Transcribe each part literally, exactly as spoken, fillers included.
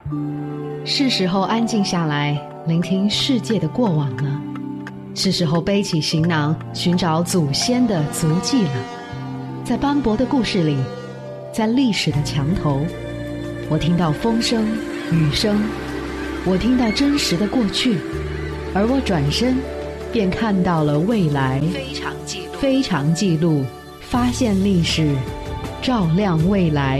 是时候安静下来，聆听世界的过往了。是时候背起行囊，寻找祖先的足迹了。在斑驳的故事里，在历史的墙头，我听到风声、雨声，我听到真实的过去，而我转身便看到了未来。非常记录，非常记录，发现历史，照亮未来。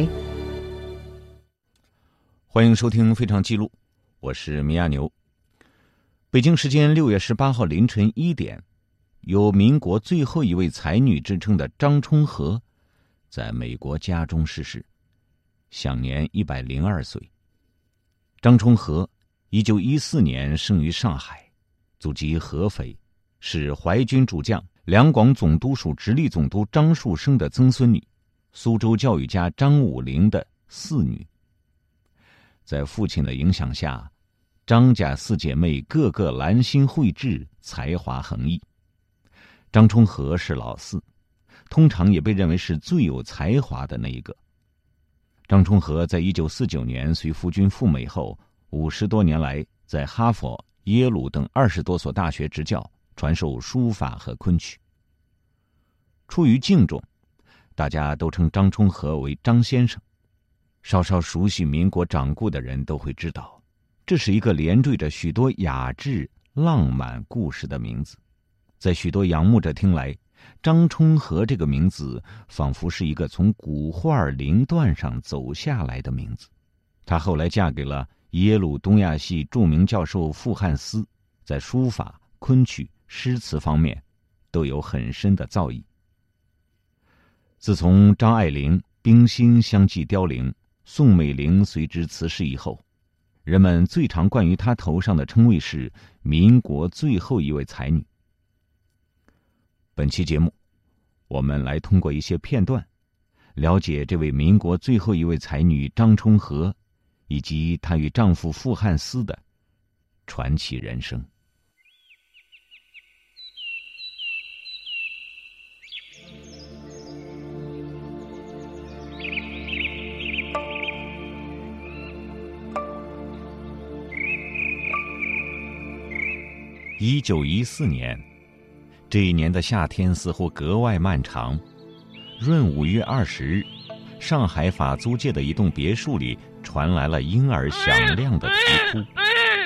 欢迎收听《非常记录》，我是米亚牛。北京时间六月十八号凌晨一点，有民国最后一位才女之称的张充和，在美国家中逝世，享年一百零二岁。张充和，一九一四年生于上海，祖籍合肥，是淮军主将两广总督署直隶总督张树声的曾孙女，苏州教育家张武龄的四女。在父亲的影响下，张家四姐妹个个兰心蕙质，才华横溢。张充和是老四，通常也被认为是最有才华的那一个。张充和在一九四九年随夫君赴美后，五十多年来在哈佛、耶鲁等二十多所大学执教，传授书法和昆曲。出于敬重，大家都称张充和为张先生。稍稍熟悉民国掌故的人都会知道，这是一个连缀着许多雅致、浪漫故事的名字。在许多仰慕者听来，张充和这个名字仿佛是一个从古画灵段上走下来的名字。她后来嫁给了耶鲁东亚系著名教授傅汉思，在书法、昆曲、诗词方面都有很深的造诣。自从张爱玲、冰心相继凋零，宋美龄随之辞世以后，人们最常冠于她头上的称谓是民国最后一位才女。本期节目，我们来通过一些片段，了解这位民国最后一位才女张充和，以及她与丈夫傅汉思的传奇人生。一九一四年，这一年的夏天似乎格外漫长。闰五月二十日，上海法租界的一栋别墅里传来了婴儿响亮的啼哭。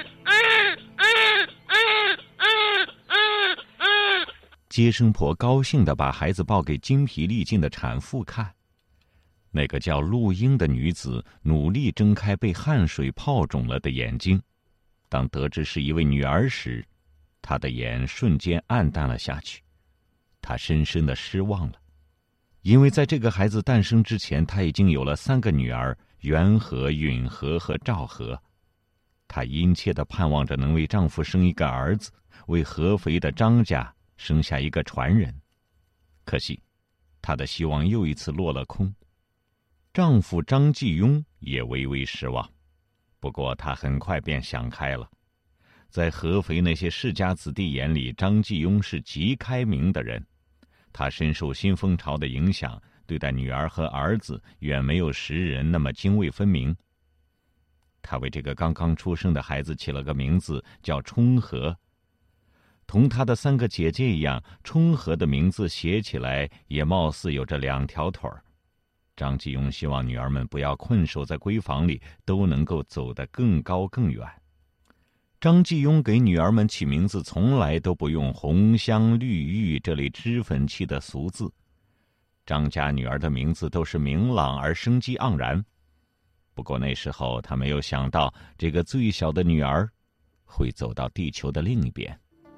接生婆高兴地把孩子抱给精疲力尽的产妇看。那个叫陆英的女子努力睁开被汗水泡肿了的眼睛，当得知是一位女儿时，他的眼瞬间暗淡了下去，他深深的失望了，因为在这个孩子诞生之前，他已经有了三个女儿元和、允和和赵和。她殷切地盼望着能为丈夫生一个儿子，为合肥的张家生下一个传人。可惜，她的希望又一次落了空。丈夫张继庸也微微失望，不过他很快便想开了。在合肥那些世家子弟眼里，张继庸是极开明的人，他深受新风潮的影响，对待女儿和儿子远没有时人那么泾渭分明。他为这个刚刚出生的孩子起了个名字叫充和。同他的三个姐姐一样，充和的名字写起来也貌似有着两条腿儿。张继庸希望女儿们不要困守在闺房里，都能够走得更高更远。张继庸给女儿们起名字从来都不用红香绿玉这类脂粉气的俗字，张家女儿的名字都是明朗而生机盎然。不过那时候他没有想到，这个最小的女儿会走到地球的另一边。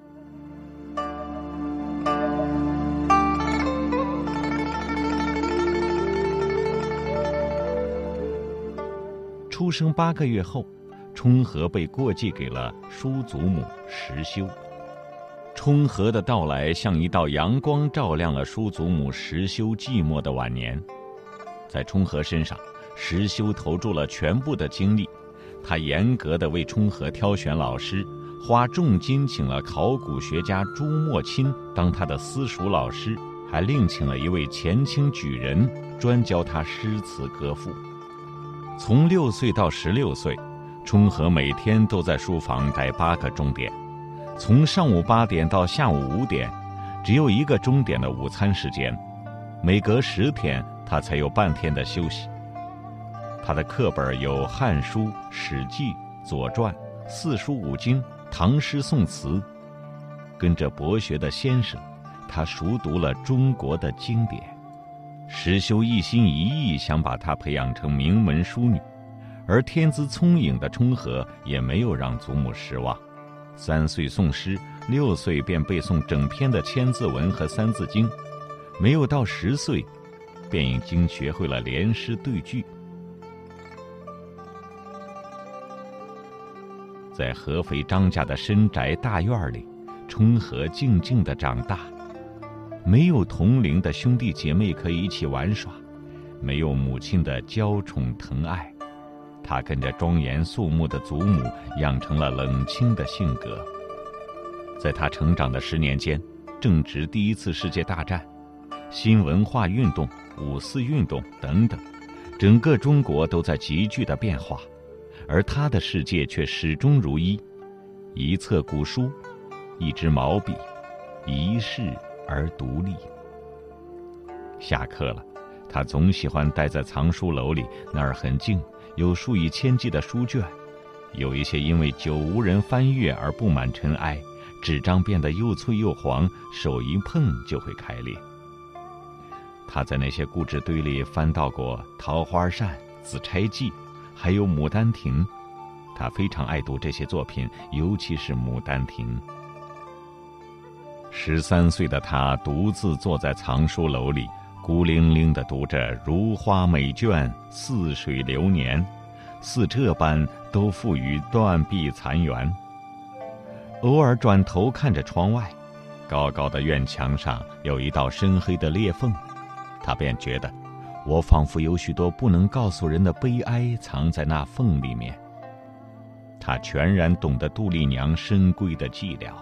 出生八个月后，充和被过继给了叔祖母石修。充和的到来像一道阳光，照亮了叔祖母石修寂寞的晚年。在充和身上，石修投注了全部的精力，他严格地为充和挑选老师，花重金请了考古学家朱墨钦当他的私塾老师，还另请了一位前清举人专教他诗词歌赋。从六岁到十六岁， 冲和每天都在书房待八个钟点，从上午八点到下午五点，只有一个钟点的午餐时间，每隔十天他才有半天的休息。他的课本有《汉书》《史记》《左传》四书五经、唐诗宋词。跟着博学的先生，他熟读了中国的经典。石修一心一意想把她培养成名门淑女，而天资聪颖的冲和也没有让祖母失望。三岁诵诗，六岁便背诵整篇的千字文和三字经，没有到十岁，便已经学会了连诗对句。在合肥张家的深宅大院里，冲和静静地长大，没有同龄的兄弟姐妹可以一起玩耍，没有母亲的娇宠疼爱，他跟着庄严肃穆的祖母养成了冷清的性格。在他成长的十年间，正值第一次世界大战、新文化运动、五四运动等等，整个中国都在急剧的变化，而他的世界却始终如一：一册古书，一支毛笔，一世而独立。下课了，他总喜欢待在藏书楼里，那儿很静，有数以千计的书卷，有一些因为久无人翻阅而布满尘埃，纸张变得又脆又黄，手一碰就会开裂。他在那些固纸堆里翻到过《桃花扇》《紫钗记》，还有《牡丹亭》。他非常爱读这些作品，尤其是《牡丹亭》。十三岁的他独自坐在藏书楼里，孤零零地读着如花美卷，似水流年，似这般都付于断壁残垣。偶尔转头看着窗外，高高的院墙上有一道深黑的裂缝，他便觉得，我仿佛有许多不能告诉人的悲哀藏在那缝里面。他全然懂得杜丽娘深闺的寂寥。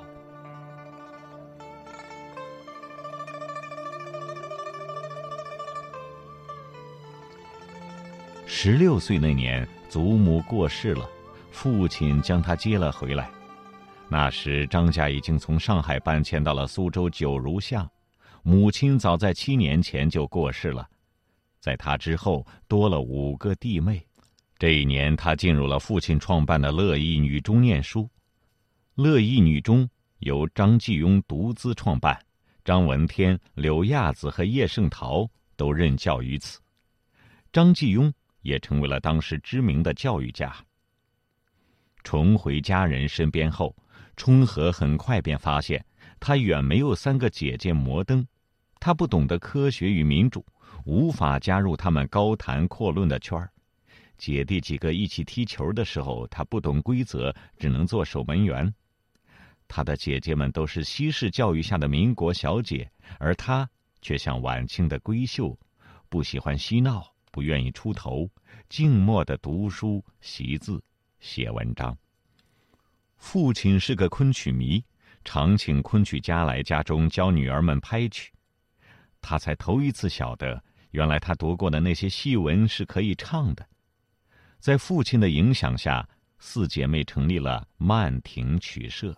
十六岁那年，祖母过世了，父亲将他接了回来。那时张家已经从上海搬迁到了苏州九如巷，母亲早在七年前就过世了，在他之后多了五个弟妹。这一年，他进入了父亲创办的乐意女中念书。乐意女中由张继庸独资创办，张闻天、柳亚子和叶圣陶都任教于此。张继庸也成为了当时知名的教育家。重回家人身边后，冲和很快便发现，他远没有三个姐姐摩登，他不懂得科学与民主，无法加入他们高谈阔论的圈儿。姐弟几个一起踢球的时候，他不懂规则，只能做守门员。他的姐姐们都是西式教育下的民国小姐，而他却像晚清的闺秀，不喜欢嬉闹，不愿意出头，静默地读书习字写文章。父亲是个昆曲迷，常请昆曲家来家中教女儿们拍曲。他才头一次晓得，原来他读过的那些戏文是可以唱的。在父亲的影响下，四姐妹成立了曼亭曲社。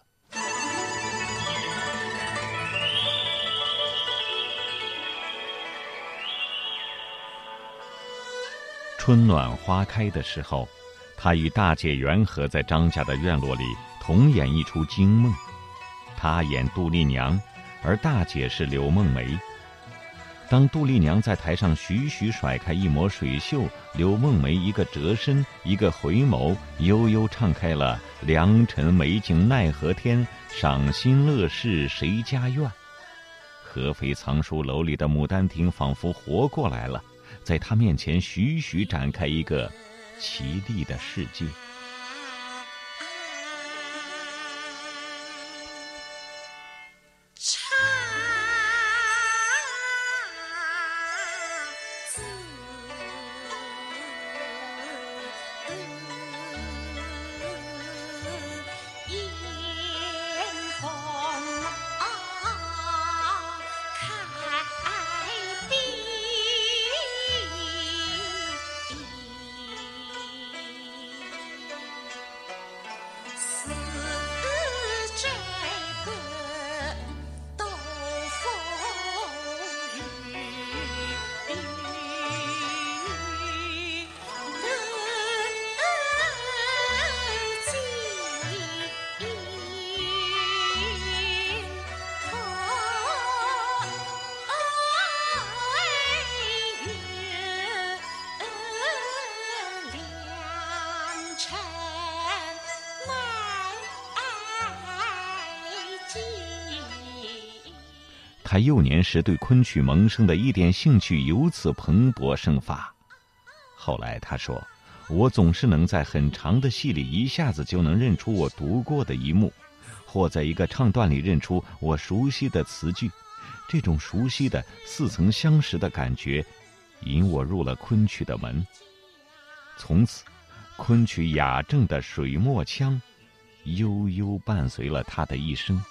春暖花开的时候，他与大姐元和在张家的院落里同演一出惊梦。他演杜丽娘，而大姐是柳梦梅。当杜丽娘在台上徐徐甩开一抹水袖，柳梦梅一个折身，一个回眸，悠悠唱开了良辰美景奈何天，赏心乐事谁家院。合肥藏书楼里的牡丹亭仿佛活过来了，在他面前徐徐展开一个奇丽的世界。 他幼年时对昆曲萌生的一点兴趣由此蓬勃生发。后来他说，我总是能在很长的戏里一下子就能认出我读过的一幕，或在一个唱段里认出我熟悉的词句，这种熟悉的似曾相识的感觉引我入了昆曲的门。从此昆曲雅正的水墨腔悠悠伴随了他的一生。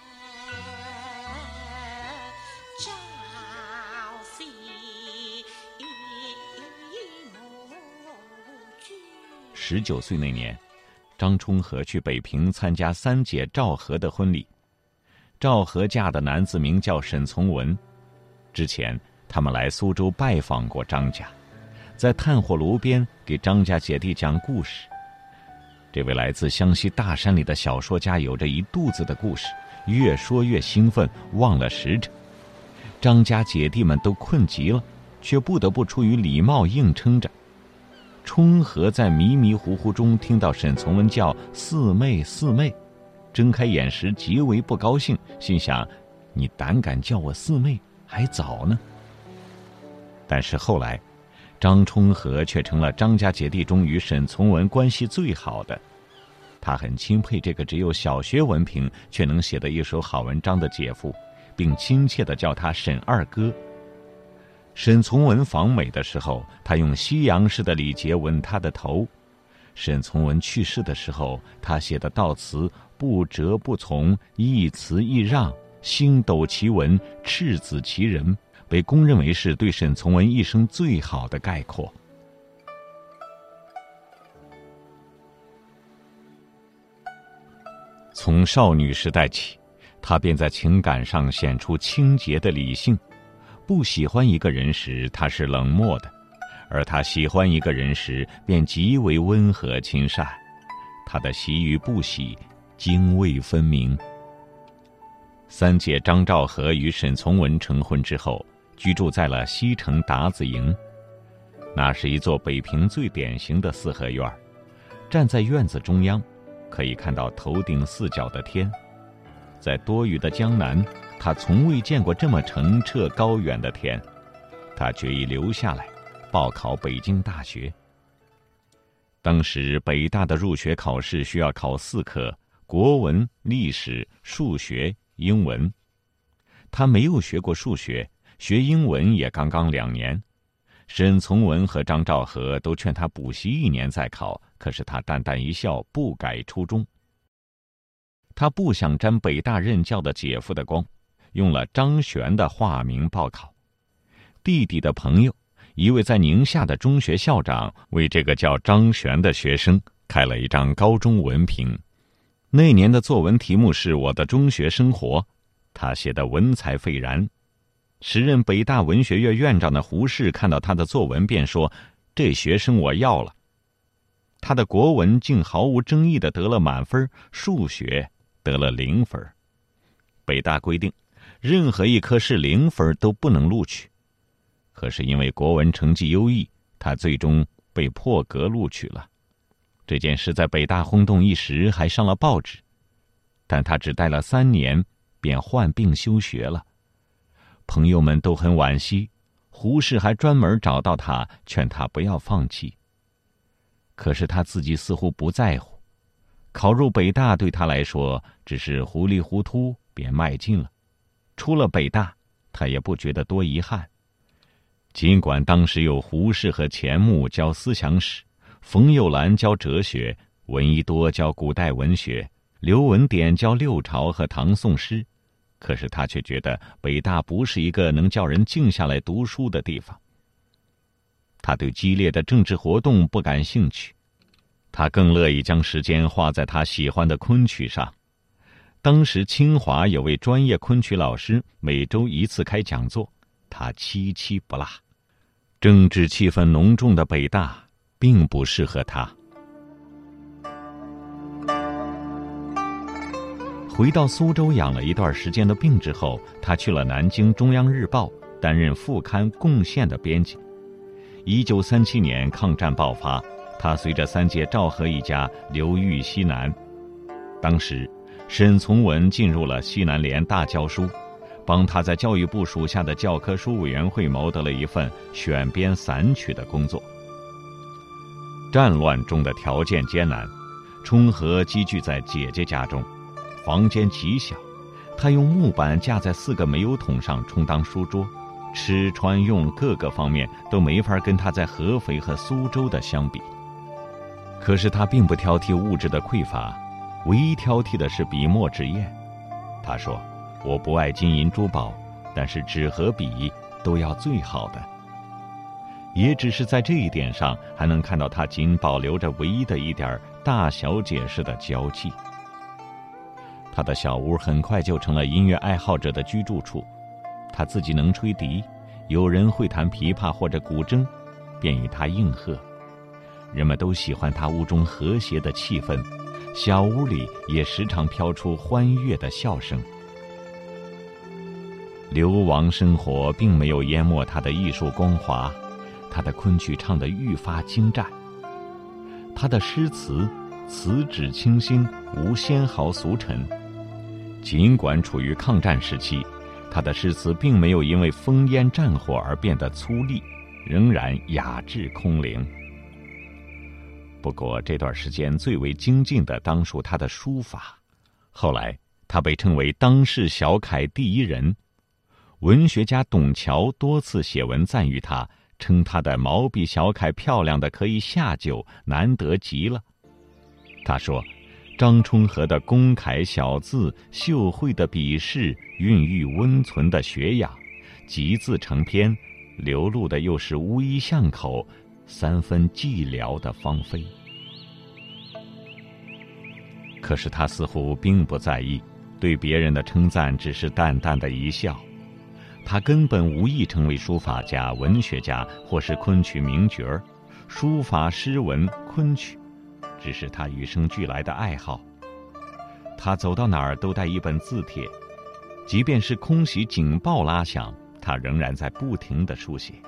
十九岁那年，张充和去北平参加三姐赵和的婚礼。赵和嫁的男子名叫沈从文，之前他们来苏州拜访过张家，在炭火炉边给张家姐弟讲故事。这位来自湘西大山里的小说家有着一肚子的故事，越说越兴奋，忘了时辰。张家姐弟们都困极了，却不得不出于礼貌硬撑着。充和在迷迷糊糊中听到沈从文叫四妹四妹，睁开眼时极为不高兴，心想，你胆敢叫我四妹还早呢。但是后来张充和却成了张家姐弟中与沈从文关系最好的。他很钦佩这个只有小学文凭却能写得一手好文章的姐夫，并亲切地叫他沈二哥。沈从文访美的时候，他用西洋式的礼节吻他的头。沈从文去世的时候，他写的悼词不折不从，一词一让，星斗其文，赤子其人，被公认为是对沈从文一生最好的概括。从少女时代起，她便在情感上显出清洁的理性。不喜欢一个人时，她是冷漠的；而她喜欢一个人时，便极为温和亲善。她的喜与不喜，泾渭分明。三姐张兆和与沈从文成婚之后，居住在了西城达子营。那是一座北平最典型的四合院，站在院子中央，可以看到头顶四角的天。在多雨的江南，他从未见过这么澄澈高远的天。他决意留下来报考北京大学。当时北大的入学考试需要考四科：国文、历史、数学、英文。他没有学过数学，学英文也刚刚两年。沈从文和张兆和都劝他补习一年再考，可是他淡淡一笑，不改初衷。他不想沾北大任教的姐夫的光，用了张璇的化名报考。弟弟的朋友，一位在宁夏的中学校长，为这个叫张璇的学生开了一张高中文凭。那年的作文题目是我的中学生活，他写得文采斐然。时任北大文学院院长的胡适看到他的作文便说，这学生我要了。他的国文竟毫无争议地得了满分，数学得了零分。北大规定任何一科是零分都不能录取，可是因为国文成绩优异，他最终被破格录取了。这件事在北大轰动一时，还上了报纸。但他只待了三年便患病休学了。朋友们都很惋惜，胡适还专门找到他，劝他不要放弃。可是他自己似乎不在乎，考入北大对他来说只是糊里糊涂便迈进了。出了北大，他也不觉得多遗憾。尽管当时有胡适和钱穆教思想史，冯友兰教哲学，闻一多教古代文学，刘文典教六朝和唐宋诗，可是他却觉得北大不是一个能叫人静下来读书的地方。他对激烈的政治活动不感兴趣，他更乐意将时间花在他喜欢的昆曲上。当时清华有位专业昆曲老师，每周一次开讲座，他七七不落。政治气氛浓重的北大并不适合他。回到苏州养了一段时间的病之后，他去了南京中央日报担任副刊《贡献》的编辑。一九三七年抗战爆发，他随着三姐赵和一家流寓西南。当时沈从文进入了西南联大教书， 帮他在教育部属下的教科书委员会谋得了一份选编散曲的工作。战乱中的条件艰难，冲和寄居在姐姐家中，房间极小，他用木板架在四个煤油桶上充当书桌，吃穿用各个方面都没法跟他在合肥和苏州的相比。可是他并不挑剔物质的匮乏，唯一挑剔的是笔墨纸砚。他说，我不爱金银珠宝，但是纸和笔都要最好的。也只是在这一点上，还能看到他仅保留着唯一的一点大小姐式的娇气。他的小屋很快就成了音乐爱好者的居住处，他自己能吹笛，有人会弹琵琶或者古筝，便与他应和。人们都喜欢他屋中和谐的气氛，小屋里也时常飘出欢悦的笑声。流亡生活并没有淹没他的艺术光华，他的昆曲唱得愈发精湛。他的诗词词旨清新，无纤毫俗尘。尽管处于抗战时期，他的诗词并没有因为烽烟战火而变得粗粝，仍然雅致空灵。不过这段时间最为精进的当属他的书法，后来他被称为当世小楷第一人。文学家董桥多次写文赞誉他，称他的毛笔小楷漂亮的可以下酒，难得极了。他说，张充和的工楷小字，秀慧的笔势，孕育温存的学养，集字成篇，流露的又是乌衣巷口，三分寂寥的芳菲。可是他似乎并不在意，对别人的称赞只是淡淡的一笑。他根本无意成为书法家、文学家或是昆曲名角儿，书法、诗文、昆曲只是他与生俱来的爱好。他走到哪儿都带一本字帖，即便是空袭警报拉响，他仍然在不停地书写。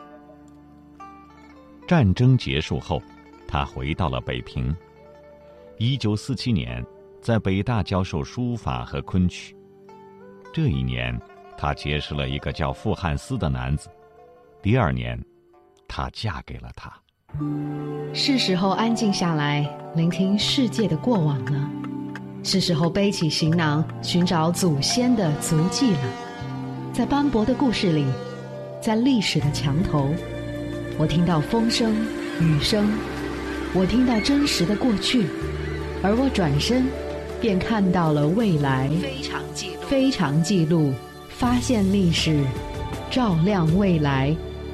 战争结束后，他回到了北平。一九四七年，在北大教授书法和昆曲。这一年，他结识了一个叫傅汉思的男子。第二年，她嫁给了他。 是时候安静下来，聆听世界的过往了。是时候背起行囊，寻找祖先的足迹了。在斑驳的故事里，在历史的墙头，我听到风声、雨声，我听到真实的过去，而我转身，便看到了未来。非常记录，非常记录，发现历史，照亮未来。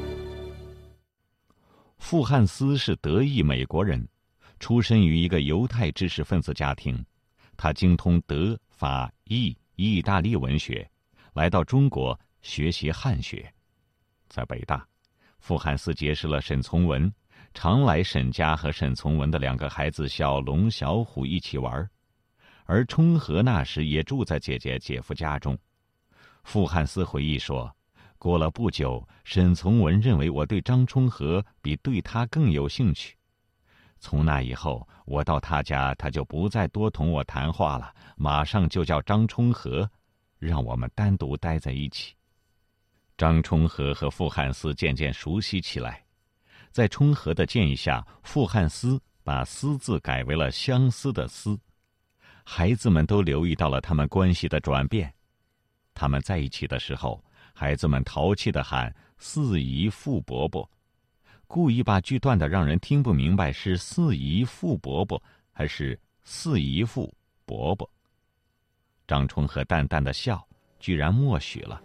傅汉思是德裔美国人，出身于一个犹太知识分子家庭。他精通德、法、意、意大利文学，来到中国学习汉学。在北大，傅汉思结识了沈从文，常来沈家和沈从文的两个孩子小龙、小虎一起玩。而冲和那时也住在姐姐姐夫家中。傅汉思回忆说，过了不久，沈从文认为我对张冲和比对他更有兴趣。从那以后，我到他家，他就不再多同我谈话了，马上就叫张冲和，让我们单独待在一起。张冲和和傅汉思渐渐熟悉起来。在冲和的建议下，傅汉思把思字改为了相思的思。孩子们都留意到了他们关系的转变。他们在一起的时候，孩子们淘气地喊四姨傅伯伯，故意把句断的让人听不明白是四姨傅伯伯还是四姨父伯伯。张冲和淡淡的笑，居然默许了。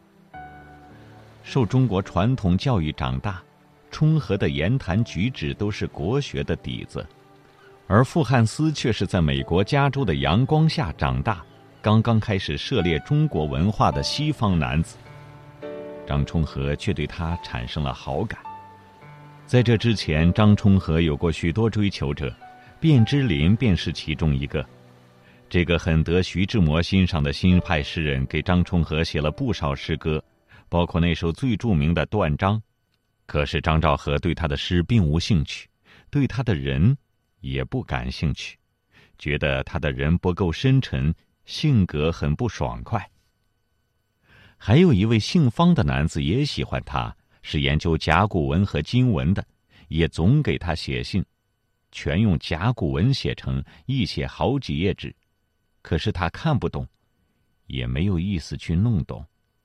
受中国传统教育长大，冲和的言谈举止都是国学的底子，而傅汉思却是在美国加州的阳光下长大，刚刚开始涉猎中国文化的西方男子。张冲和却对他产生了好感。在这之前，张冲和有过许多追求者，卞之琳便是其中一个。这个很得徐志摩欣赏的新派诗人给张冲和写了不少诗歌，包括那首最著名的《断章》。可是张兆和对他的诗并无兴趣，对他的人也不感兴趣，觉得他的人不够深沉，性格很不爽快。 还有一位姓方的男子也喜欢他，是研究甲骨文和金文的，也总给他写信，全用甲骨文写成，一写好几页纸，可是他看不懂，也没有意思去弄懂。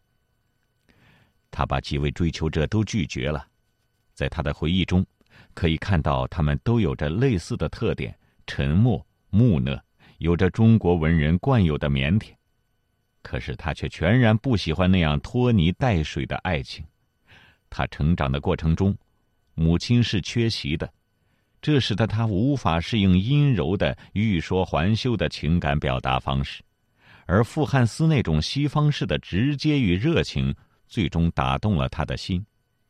他把几位追求者都拒绝了，在他的回忆中可以看到他们都有着类似的特点，沉默木讷，有着中国文人惯有的腼腆。可是他却全然不喜欢那样拖泥带水的爱情。他成长的过程中，母亲是缺席的，这使得他无法适应阴柔的欲说还休的情感表达方式，而傅汉思那种西方式的直接与热情最终打动了他的心。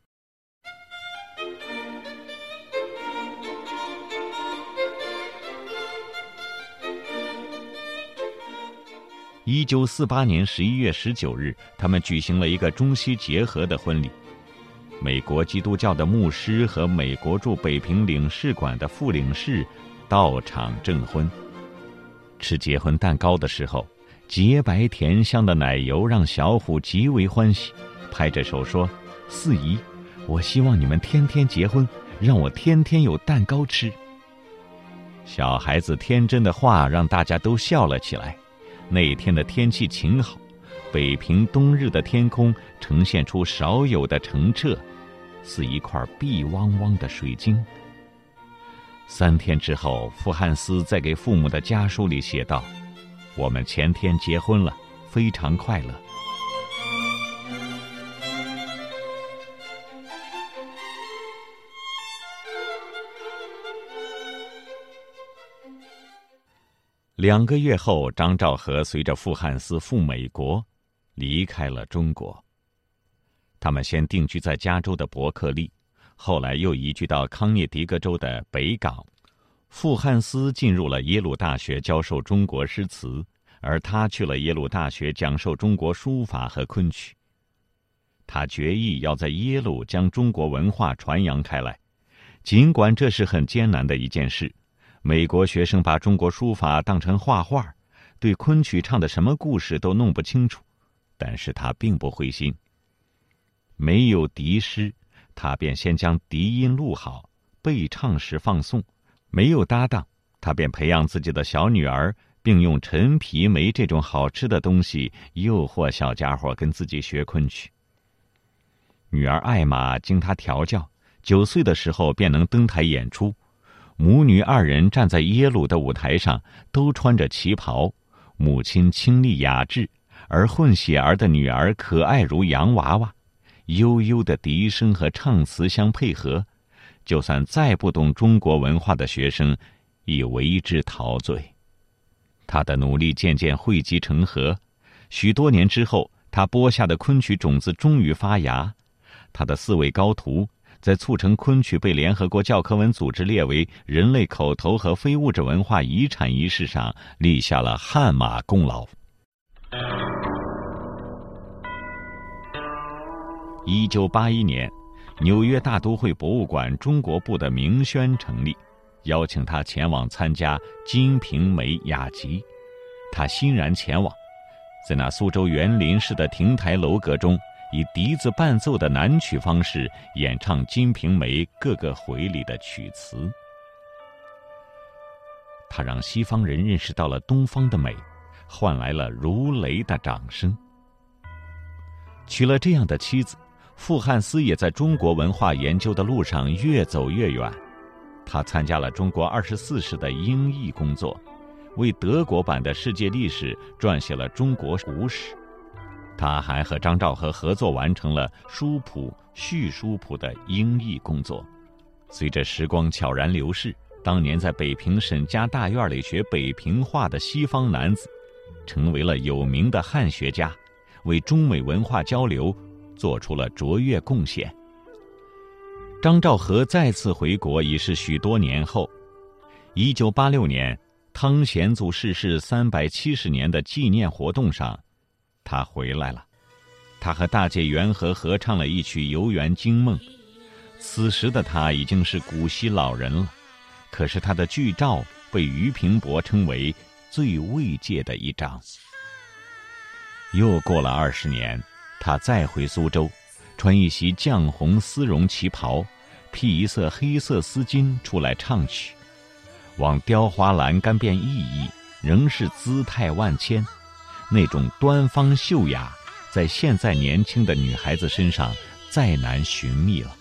一九四八年十一月十九日，他们举行了一个中西结合的婚礼。美国基督教的牧师和美国驻北平领事馆的副领事到场证婚。吃结婚蛋糕的时候，洁白甜香的奶油让小虎极为欢喜，拍着手说：“四姨，我希望你们天天结婚，让我天天有蛋糕吃。”小孩子天真的话让大家都笑了起来。那天的天气晴好，北平冬日的天空呈现出少有的澄澈，似一块碧汪汪的水晶。三天之后，傅汉思在给父母的家书里写道：“我们前天结婚了，非常快乐。”两个月后，张兆和随着傅汉思赴美国，离开了中国。他们先定居在加州的伯克利，后来又移居到康涅狄格州的北港。傅汉思进入了耶鲁大学教授中国诗词，而他去了耶鲁大学讲授中国书法和昆曲。他决意要在耶鲁将中国文化传扬开来，尽管这是很艰难的一件事。美国学生把中国书法当成画画，对昆曲唱的什么故事都弄不清楚，但是他并不灰心。没有笛师，他便先将笛音录好，背唱时放送；没有搭档，他便培养自己的小女儿，并用陈皮梅这种好吃的东西诱惑小家伙跟自己学昆曲。女儿艾玛经他调教，九岁的时候便能登台演出。母女二人站在耶鲁的舞台上，都穿着旗袍，母亲清丽雅致，而混血儿的女儿可爱如洋娃娃，悠悠的笛声和唱词相配合，就算再不懂中国文化的学生亦为之陶醉。他的努力渐渐汇集成河，许多年之后，他播下的昆曲种子终于发芽。他的四位高徒在促成昆曲被联合国教科文组织列为人类口头和非物质文化遗产一事上立下了汗马功劳。一九八一年，纽约大都会博物馆中国部的明宣成立，邀请他前往参加《金瓶梅》雅集。他欣然前往，在那苏州园林式的亭台楼阁中，以笛子伴奏的南曲方式演唱《金瓶梅》各个回里的曲词。他让西方人认识到了东方的美，换来了如雷的掌声。娶了这样的妻子，傅汉思也在中国文化研究的路上越走越远。他参加了中国二十四史的英译工作，为德国版的世界历史撰写了中国古史。他还和张兆和合作完成了书谱、续书谱的英译工作。随着时光悄然流逝，当年在北平沈家大院里学北平话的西方男子，成为了有名的汉学家，为中美文化交流做出了卓越贡献。张兆和再次回国已是许多年后。一九八六年，汤显祖逝世三百七十年的纪念活动上，他回来了。他和大姐元和合唱了一曲《游园惊梦》。此时的他已经是古稀老人了，可是他的剧照被俞平伯称为最慰藉的一张。又过了二十年， 他再回苏州，穿一袭绛红丝绒旗袍，披一色黑色丝巾出来唱曲，往雕花栏杆变意义，仍是姿态万千。那种端方秀雅，在现在年轻的女孩子身上再难寻觅了。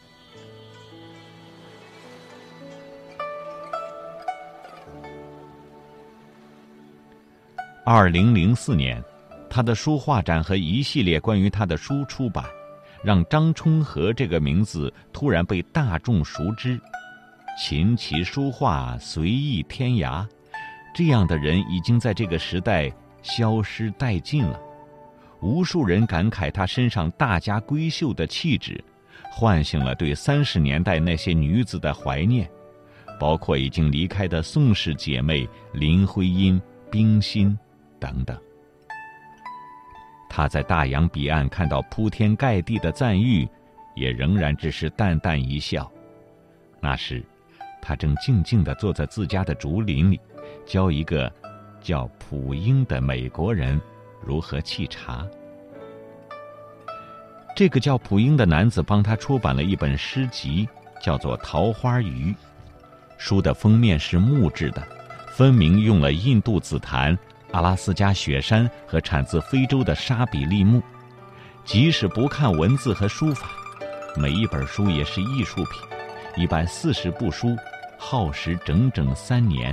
二零零四年，他的书画展和一系列关于他的书出版，让张充和这个名字突然被大众熟知。琴棋书画随意天涯，这样的人已经在这个时代消失殆尽了。无数人感慨他身上大家闺秀的气质，唤醒了对三十年代那些女子的怀念，包括已经离开的宋氏姐妹林徽因、冰心等等。他在大洋彼岸看到铺天盖地的赞誉，也仍然只是淡淡一笑。那时他正静静地坐在自家的竹林里，教一个叫普英的美国人如何沏茶。这个叫普英的男子帮他出版了一本诗集，叫做《桃花鱼》。书的封面是木质的，分明用了印度紫檀、阿拉斯加雪山和产自非洲的沙比利木。即使不看文字和书法，每一本书也是艺术品。一般四十部书，耗时整整三年。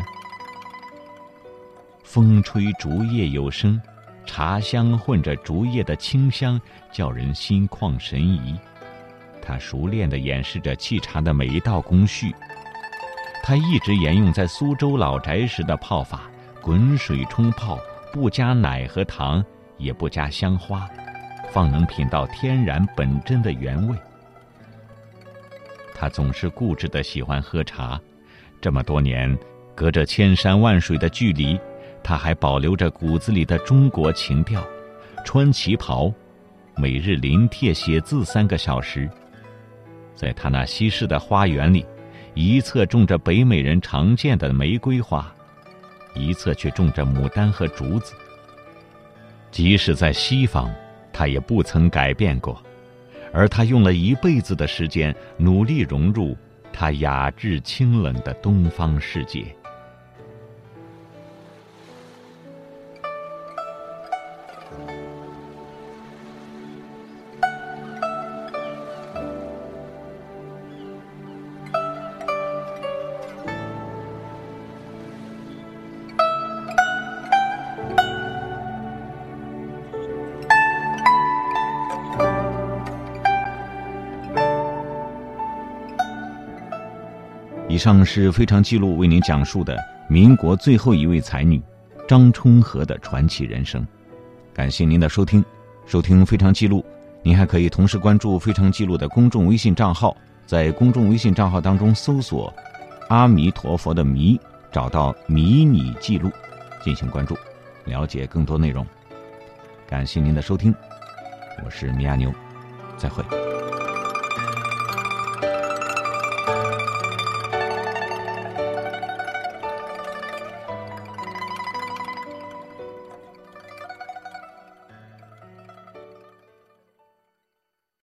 风吹竹叶有声，茶香混着竹叶的清香，叫人心旷神怡。他熟练地演示着沏茶的每一道工序。他一直沿用在苏州老宅时的泡法，滚水冲泡，不加奶和糖，也不加香花，方能品到天然本真的原味。他总是固执地喜欢喝茶，这么多年，隔着千山万水的距离，他还保留着骨子里的中国情调，穿旗袍，每日临帖写字三个小时。在他那西式的花园里，一侧种着北美人常见的玫瑰花，一侧却种着牡丹和竹子。即使在西方，他也不曾改变过，而他用了一辈子的时间，努力融入他雅致清冷的东方世界。以上是非常记录为您讲述的民国最后一位才女张充和的传奇人生。感谢您的收听。收听非常记录，您还可以同时关注非常记录的公众微信账号，在公众微信账号当中搜索阿弥陀佛的弥，找到迷你记录进行关注，了解更多内容。感谢您的收听，我是米亚牛，再会。